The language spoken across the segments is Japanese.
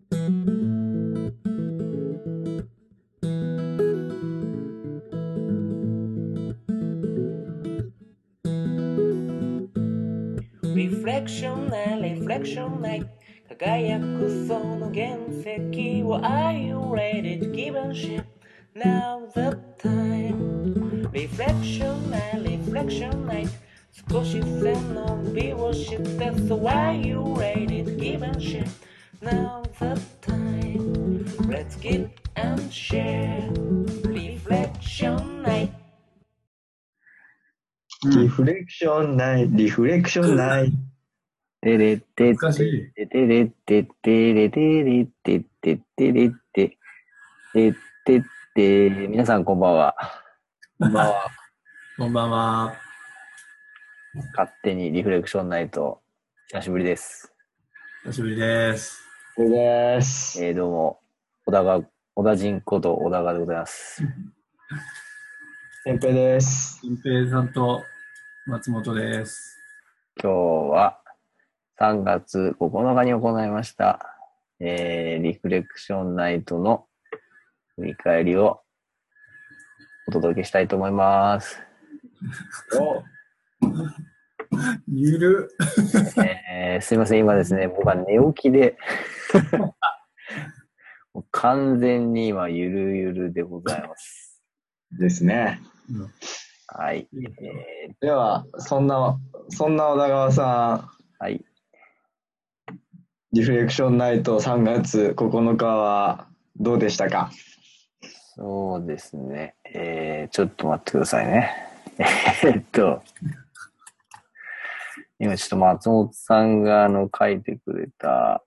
Reflection night, reflection night 輝くその原石を Are you ready to give a shit? Now the time Reflection night, reflection night 少し背伸びをして So are you ready to give a shit? Now the time Let's give and share Reflection night リフレクションない、リフレクションない。 てれって難しい。 ててれっててれてれってててれってててって皆さんこんばんは。 こんばんは。 こんばんは。 勝手にリフレクションナイト久しぶりです。 久しぶりです。 これです。 どうも小田人こと小田川でございます。 先平です。 新平さんと松本です。 今日は3月9日に行いました、リフレクションナイトの振り返りをお届けしたいと思います。 おゆる。 すいません、今ですね、僕は寝起きでもう完全に今ゆるゆるでございます。 ですね。 はい。 では、そんな小田川さん。はい。 リフレクションナイト3月9日はどうでしたか？ そうですね。ちょっと待ってくださいね。今ちょっと松本さんが書いてくれた、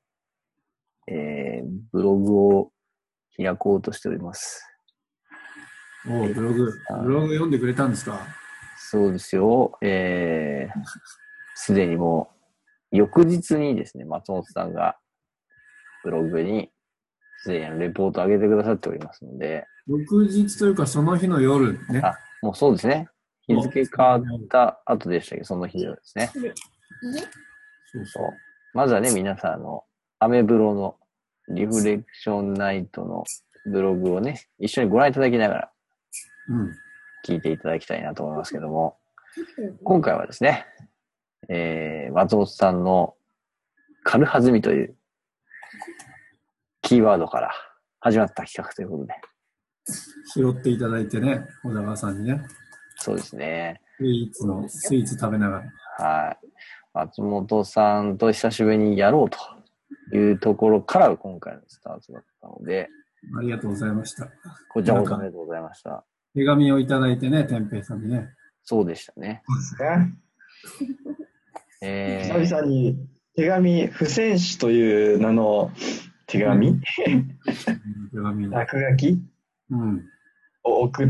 ブログを開こうとしております。 ブログ読んでくれたんですか？ そうですよ。すでにもう翌日にですね、松本さんがブログにすでにレポートを上げてくださっておりますので。 翌日というかその日の夜ね。 あ、もうそうですね。日付変わった後でしたけど、その日の夜ですね。 そうそう。 まずはね、皆さんアメブロのリフレクションナイトのブログをね、一緒にご覧いただきながら、聞いていただきたいなと思いますけども、今回はですね、松本さんの軽はずみというキーワードから始まった企画ということで。 拾っていただいてね、小田川さんにね。 そうですね。 スイーツ食べながら。はい。松本さんと久しぶりにやろうというところから今回のスタートだったので。 ありがとうございました。 こちらこそありがとうございました。 手紙をいただいてね、天平さんにね。 そうでしたね。 そうですね。久々に手紙、不戦士という名の手紙、落書き、を送って、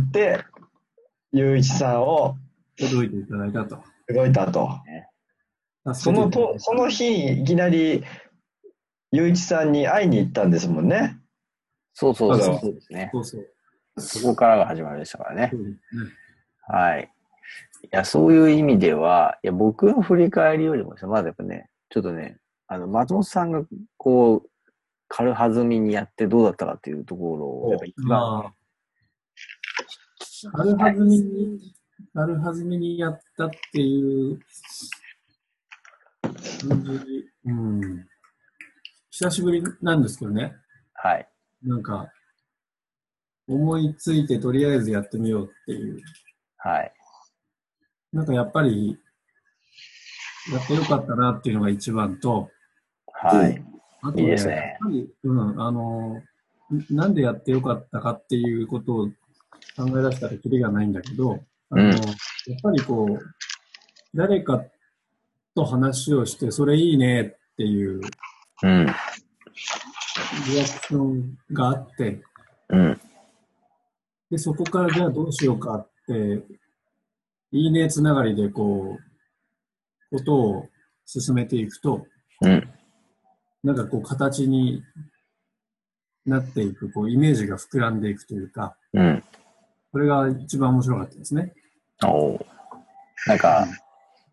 ゆういちさんを届いていただいたと。 届いたと。その日にいきなりゆういちさんに会いに行ったんですもんね。 そうですね。そこからが始まりでしたからね。はい。いや、そういう意味では、いや、僕の振り返りよりも、まだやっぱね、ちょっとね、松本さんがこう、軽はずみにやってどうだったかっていうところを、やっぱ一番、 軽はずみにやったっていう久しぶりなんですけどね。 はい。 なんか、思いついてとりあえずやってみようっていう。 はい。 なんかやっぱり、やってよかったなっていうのが一番と、 はい。 あとね、 いいですね。 やっぱり、なんでやってよかったかっていうことを考え出したらキリがないんだけど、やっぱりこう、誰かと話をして、それいいねっていう、リアクションがあって、で、そこからじゃあどうしようかって、いいねつながりでこう、ことを進めていくと、なんかこう形になっていく、こうイメージが膨らんでいくというか、これが一番面白かったですね。 なんか、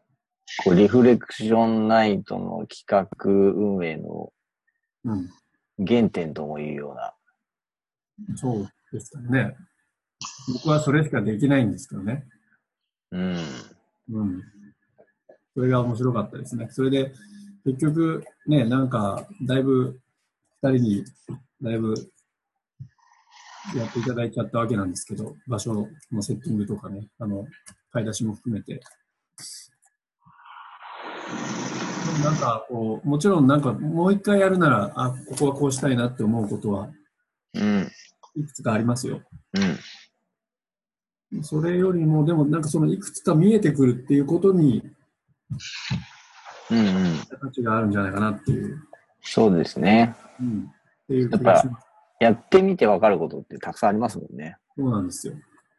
こうリフレクションナイトの企画運営の原点ともいうような。 そうですかね。僕はそれしかできないんですけどね。 うん。 うん。それが面白かったですね。それで、結局、ね、なんか、だいぶ、二人に、だいぶ、やっていただいちゃったわけなんですけど、場所のセッティングとかね、買い出しも含めて。なんか、こう、もちろんなんか、もう一回やるなら、あ、ここはこうしたいなって思うことは、いくつかありますよ。それよりも、でもなんかそのいくつか見えてくるっていうことに、価値があるんじゃないかなっていう。 そうですね。 っていう気がします。 やってみて分かることってたくさんありますもんね。 そうなんですよ。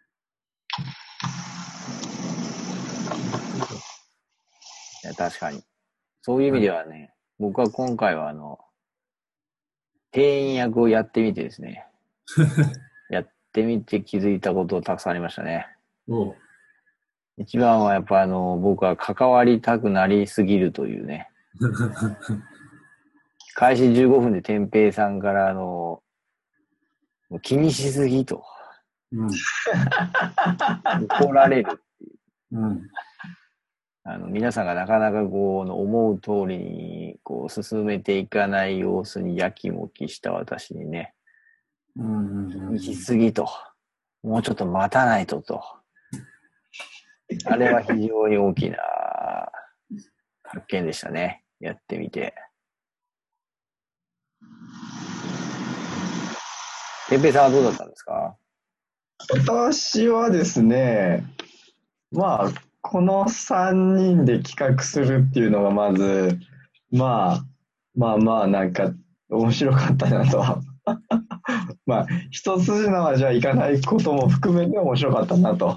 いや、確かに。そういう意味ではね、僕は今回は店員役をやってみてですね、やってみて気づいたことたくさんありましたね。一番はやっぱ僕は関わりたくなりすぎるというね。開始15分で天平さんから気にしすぎと。怒られるっていう。皆さんがなかなか思う通りに進めていかない様子にやきもきした私にね、気にしすぎと。もうちょっと待たないとと。あれは非常に大きな発見でしたね。やってみて。てんぺいさんはどうだったんですか？ 私はですね、まあ、この3人で企画するっていうのがまず、まあ、なんか面白かったなと。まあ、一筋縄じゃいかないことも含めて面白かったなと。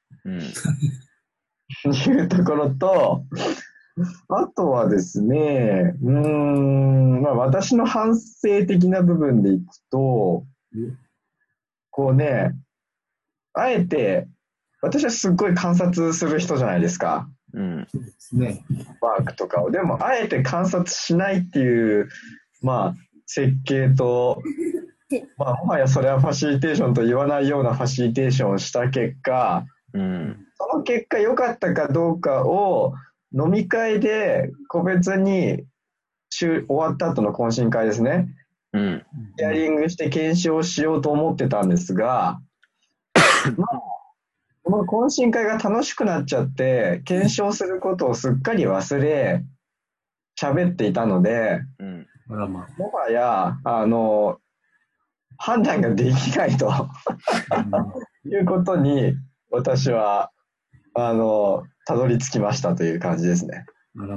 いうところと、あとはですね、まあ、私の反省的な部分でいくと、こうね、あえて、私はすっごい観察する人じゃないですか。 そうですね。 ワークとかを。でも、あえて観察しないっていう、まあ、設計と、まあ、もはやそれはファシリテーションと言わないようなファシリテーションをした結果、その結果良かったかどうかを飲み会で個別に終わった後の懇親会ですね。ヒアリングして検証しようと思ってたんですが、まあ、この懇親会が楽しくなっちゃって、検証することをすっかり忘れ、喋っていたので、もはや、判断ができないということに、私は、たどり着きましたという感じですね。はい。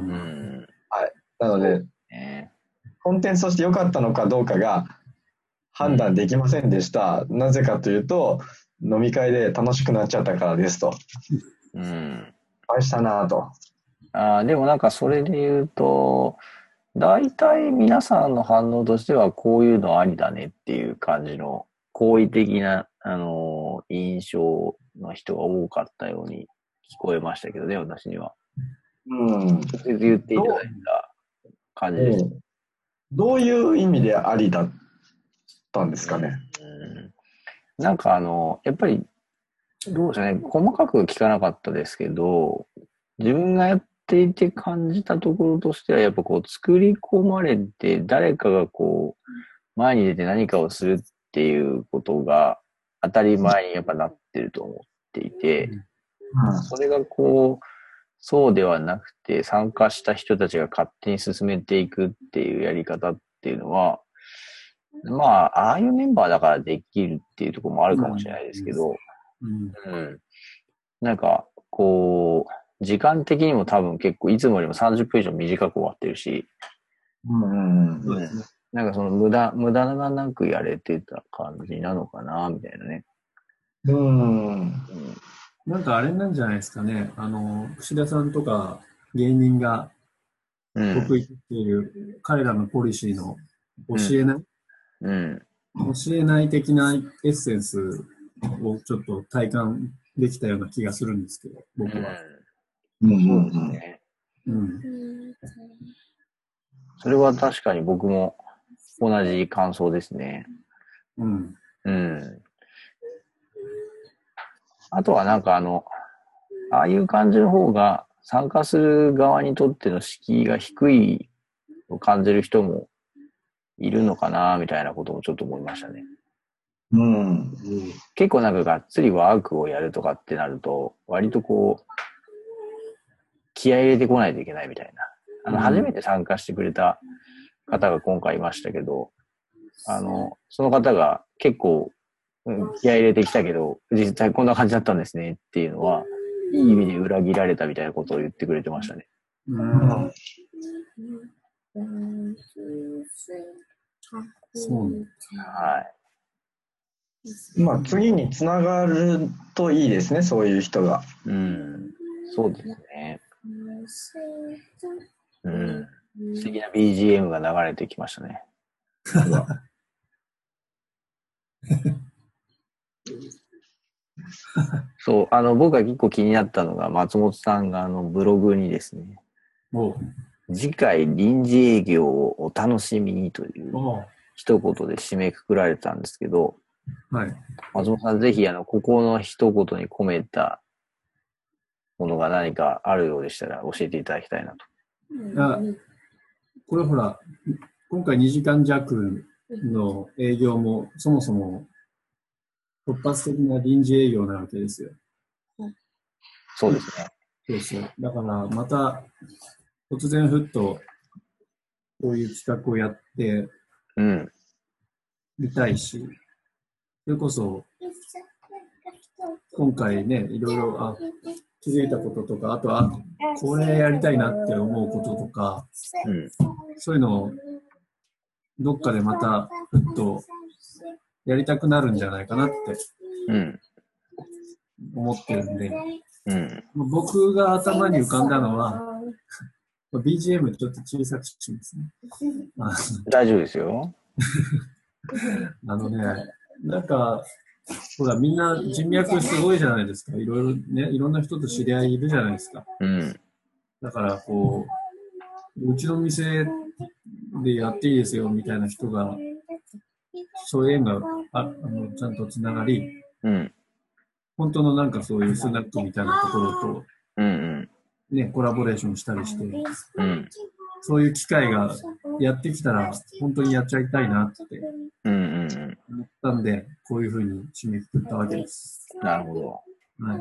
なので、コンテンツとして良かったのかどうかが判断できませんでした。なぜかというと、飲み会で楽しくなっちゃったからですと。失敗したなと。 でもなんかそれで言うと、大体皆さんの反応としてはこういうのありだねっていう感じの好意的な、印象の人が多かったように聞こえましたけどね、私には。直接言っていただいた感じです。 どういう意味でありだったんですかね。 なんかやっぱり、どうでしょうね、細かく聞かなかったですけど、自分がやっていて感じたところとしては、やっぱ作り込まれて、誰かが前に出て何かをするっていうことが当たり前にやっぱなってると思っていて、それがそうではなくて、参加した人たちが勝手に進めていくっていうやり方っていうのは、まあ、ああいうメンバーだからできるっていうところもあるかもしれないですけど、なんか、時間的にも多分結構いつもよりも30分以上短く終わってるし、なんかその無駄がなくやれてた感じなのかな、みたいなね。 なんかあれなんじゃないですかね。串田さんとか芸人が得意っている彼らのポリシーの教えない、教えない的なエッセンスをちょっと体感できたような気がするんですけど、僕は。 そうですね。それは確かに僕も同じ感想ですね。 うん。 うん。あとはなんかああいう感じの方が参加する側にとっての敷居が低いと感じる人もいるのかな、みたいなことをちょっと思いましたね。 うん。 結構なんかがっつりワークをやるとかってなると、割とこう、気合い入れてこないといけないみたいな。初めて参加してくれた方が今回いましたけど、その方が結構、気合い入れてきたけど、実際こんな感じだったんですねっていうのは、いい意味で裏切られたみたいなことを言ってくれてましたね。 そうね。 はい。 まあ、次につながるといいですね、そういう人が。 うん。そうですね。うん。素敵な BGM が流れてきましたね。そう、僕が結構気になったのが、松本さんがブログにですね、次回臨時営業をお楽しみにという一言で締めくくられたんですけど、 はい、 松本さんぜひここの一言に込めたものが何かあるようでしたら教えていただきたいなと。 これほら、今回2時間弱の営業もそもそも突発的な臨時営業なわけですよ。 そうですね。 そうそう。だからまた突然ふっとこういう企画をやってみたいし、それこそ今回ね、いろいろ気づいたこととか、あとはこれやりたいなって思うこととか、そういうのをどっかでまたふっとやりたくなるんじゃないかなって思ってるんで、僕が頭に浮かんだのはBGM ちょっと小さくしますね。 大丈夫ですよ。 なんかほらみんな人脈すごいじゃないですか。いろいろね、いろんな人と知り合いいるじゃないですか。だからこう、うちの店でやっていいですよみたいな人が、そういう縁がちゃんとつながり、本当のなんかそういうスナックみたいなところと、ね、コラボレーションしたりして、そういう機会がやってきたら本当にやっちゃいたいなって思ったんで、こういうふうに締めくくったわけです。 なるほど。はい。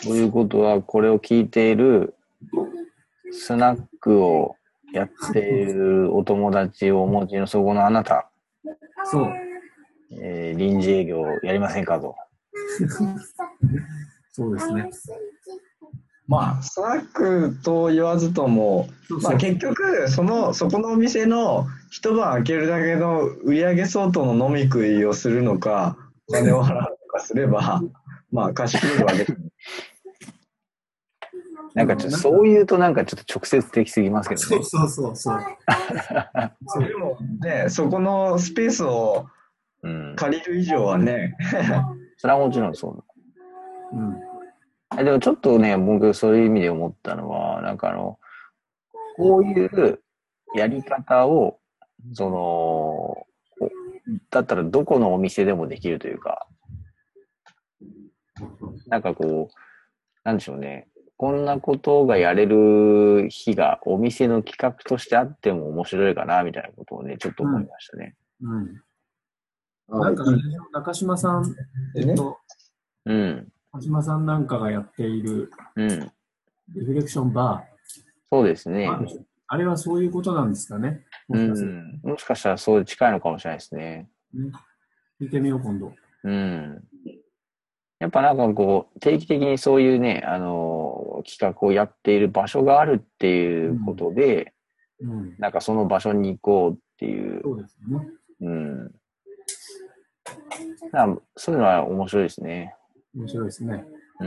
ということは、これを聞いているスナックをやっているお友達をお持ちのそこのあなた。 そう。 臨時営業やりませんかと。 そうですね。 まあ、スナックと言わずとも、まあ、結局そこのお店の一晩開けるだけの売上相当の飲み食いをするのか、お金を払うのかすれば、まあ、貸し切れるわけです。 なんかそう言うとなんかちょっと直接的すぎますけどね。 でもね、そこのスペースを借りる以上はね。 それはもちろんそうだ。でもちょっとね、僕そういう意味で思ったのは、なんかこういうやり方を、だったらどこのお店でもできるというか、なんかこう、なんでしょうね。こんなことがやれる日がお店の企画としてあっても面白いかな、みたいなことをね、ちょっと思いましたね。 なんか、中島さん、中島さんなんかがやっている、リフレクションバー。 そうですね。 あれはそういうことなんですかね。 もしかしたらそう近いのかもしれないですね。 聞いてみよう、今度。 やっぱなんかこう、定期的にそういうね、企画をやっている場所があるっていうことで、なんかその場所に行こうっていう。 そうですね。 そういうのは面白いですね。 面白いですね。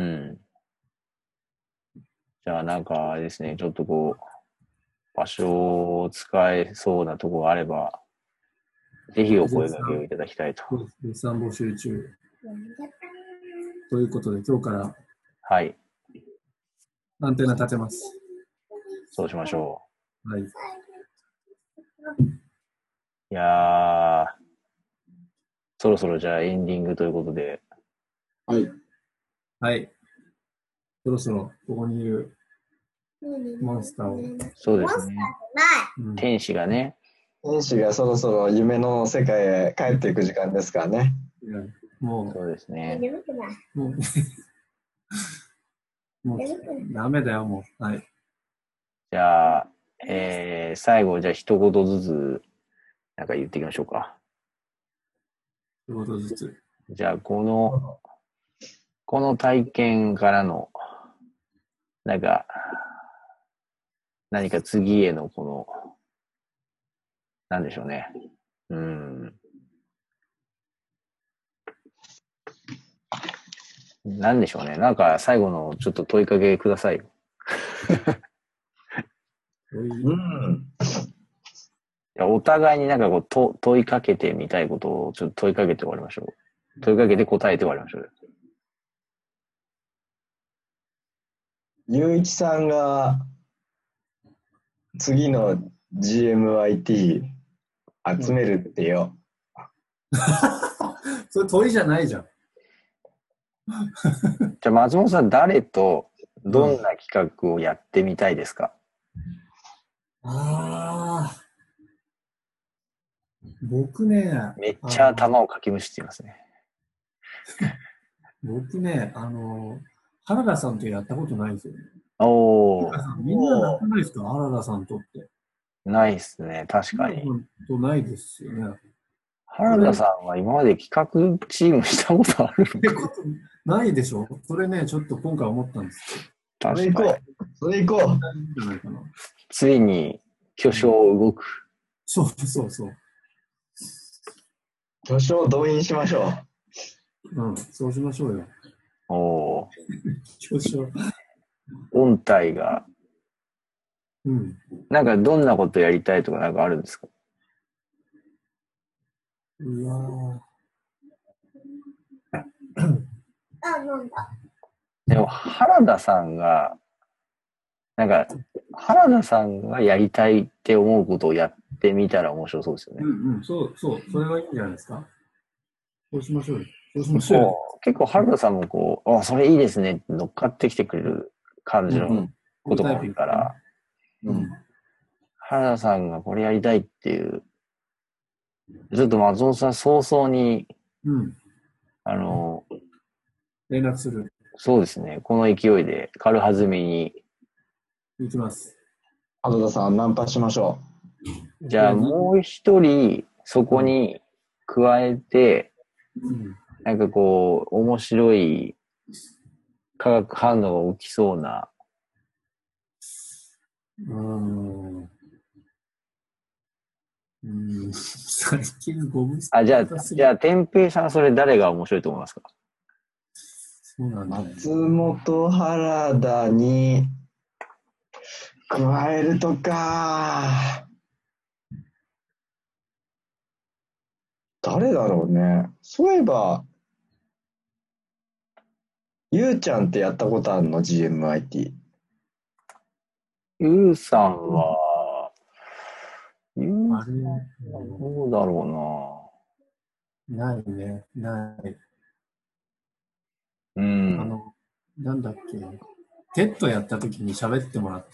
じゃあなんかあれですね、ちょっとこう、場所を使えそうなところがあれば、ぜひお声掛けをいただきたいと。 絶賛募集中。ということで、今日から、 はい。 アンテナ立てます。 そうしましょう。はい。 いやー、そろそろじゃあエンディングということで。 はい。はい。そろそろここにいるモンスターを。 そうですね。天使がね。 天使がそろそろ夢の世界へ帰っていく時間ですからね。 もう。そうですね。 もうダメだよ、もう。はい。 じゃあ、最後、じゃあ一言ずつ、なんか言っていきましょうか。 一言ずつ。 じゃあ、この体験からの、なんか、何か次へのなんでしょうね。なんでしょうね。なんか最後のちょっと問いかけください。お互いになんか問いかけてみたいことをちょっと問いかけて終わりましょう。問いかけて答えて終わりましょう。 ゆういちさんが次の GMIT 集めるってよ。 それ問いじゃないじゃん。 じゃあ松本さん、誰とどんな企画をやってみたいですか？ 僕ね。 めっちゃ頭をかきむしっていますね。 僕ね、原田さんとやったことないですよね。みんななくないですか？原田さんとって。 ないですね、確かに。 ないですよね。 原田さんは今まで企画チームしたことあるのか？ ないでしょ？それね、ちょっと今回思ったんですけど。それ行こう。それ行こう。 ついに巨匠動く。 そうそうそう。 巨匠を動員しましょう。そうしましょうよ。 おー。 巨匠。 音体が。なんかどんなことやりたいとかなんかあるんですか？ うわでも原田さんが原田さんがやりたいって思うことをやってみたら面白そうですよね。 そうそれはいいんじゃないですか。そうしましょうよ。 結構原田さんもそれいいですねって乗っかってきてくれる感じのことが多いから、原田さんがこれやりたいっていう、ちょっと松本さん早々に、 連絡する。 そうですね。この勢いで軽はずみに行きます。 原田さんナンパしましょう。じゃあもう一人そこに加えて、なんか面白い化学反応が起きそうな。 最近ご無沙汰じゃあ、天平さんそれ誰が面白いと思いますか？ そうなんだ、 松本原田に加えるとか。誰だろうね。そういえば、ゆうちゃんってやったことあるの ?GMIT。 ゆうさんは、どうだろうな。ないね。ない。なんだっけ。テッドやった時に喋ってもらって。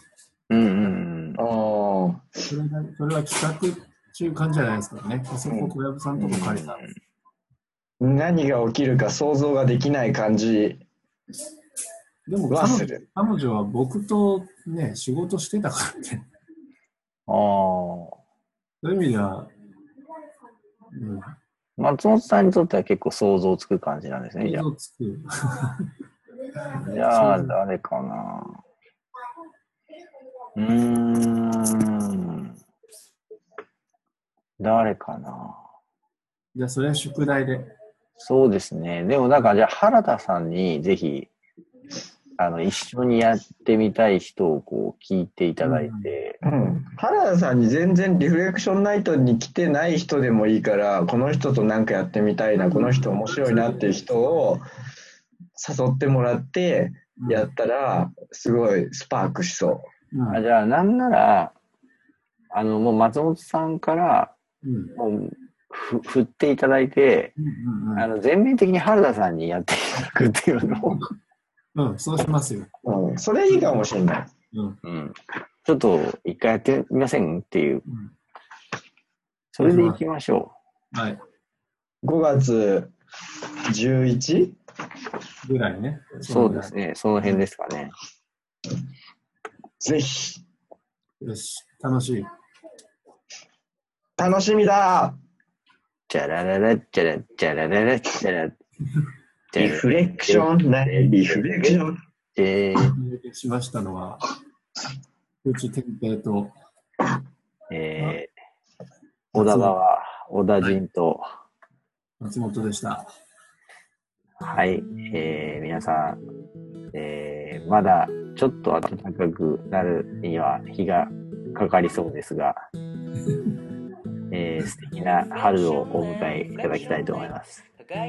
それは企画中間じゃないですかね。そこ小籔さんとか借りた。 何が起きるか想像ができない感じ。 でも彼女は僕とね、仕事してたからね。そういう意味では、 松本さんにとっては結構想像つく感じなんですね、 想像つく。 じゃあ、誰かな。誰かな。 じゃあ、それは宿題で。 そうですね。でもじゃあ原田さんにぜひ、一緒にやってみたい人を聞いていただいて、 原田さんに全然リフレクションナイトに来てない人でもいいから、この人となんかやってみたいな、この人面白いなっていう人を誘ってもらってやったら、すごいスパークしそう。 じゃあ、なんなら、もう松本さんから、 もう振っていただいて、全面的に原田さんにやっていただくっていうのを。 そうしますよ。 それいいかもしれない。 ちょっと一回やってみませんっていう。それでいきましょう。はい。 5月 11? ぐらいね。 そうですね。その辺ですかね。 ぜひ。 よし。楽しい。 楽しみだ。 チャラララチャラチャラララチャラ。 リフレクションね。リフレクション。 しましたのは、内天平と、 小田川、小田陣と、 松本でした。 はい、皆さん、まだちょっと暖かくなるには日がかかりそうですが、素敵な春をお迎えいただきたいと思います。はい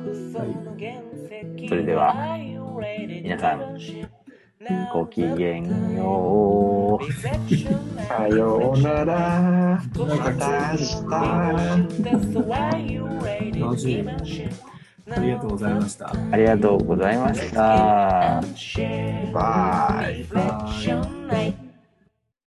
、それでは皆さんごきげんよう。 さようなら。また明日。 楽しい。ありがとうございました。 ありがとうございました。 バイ。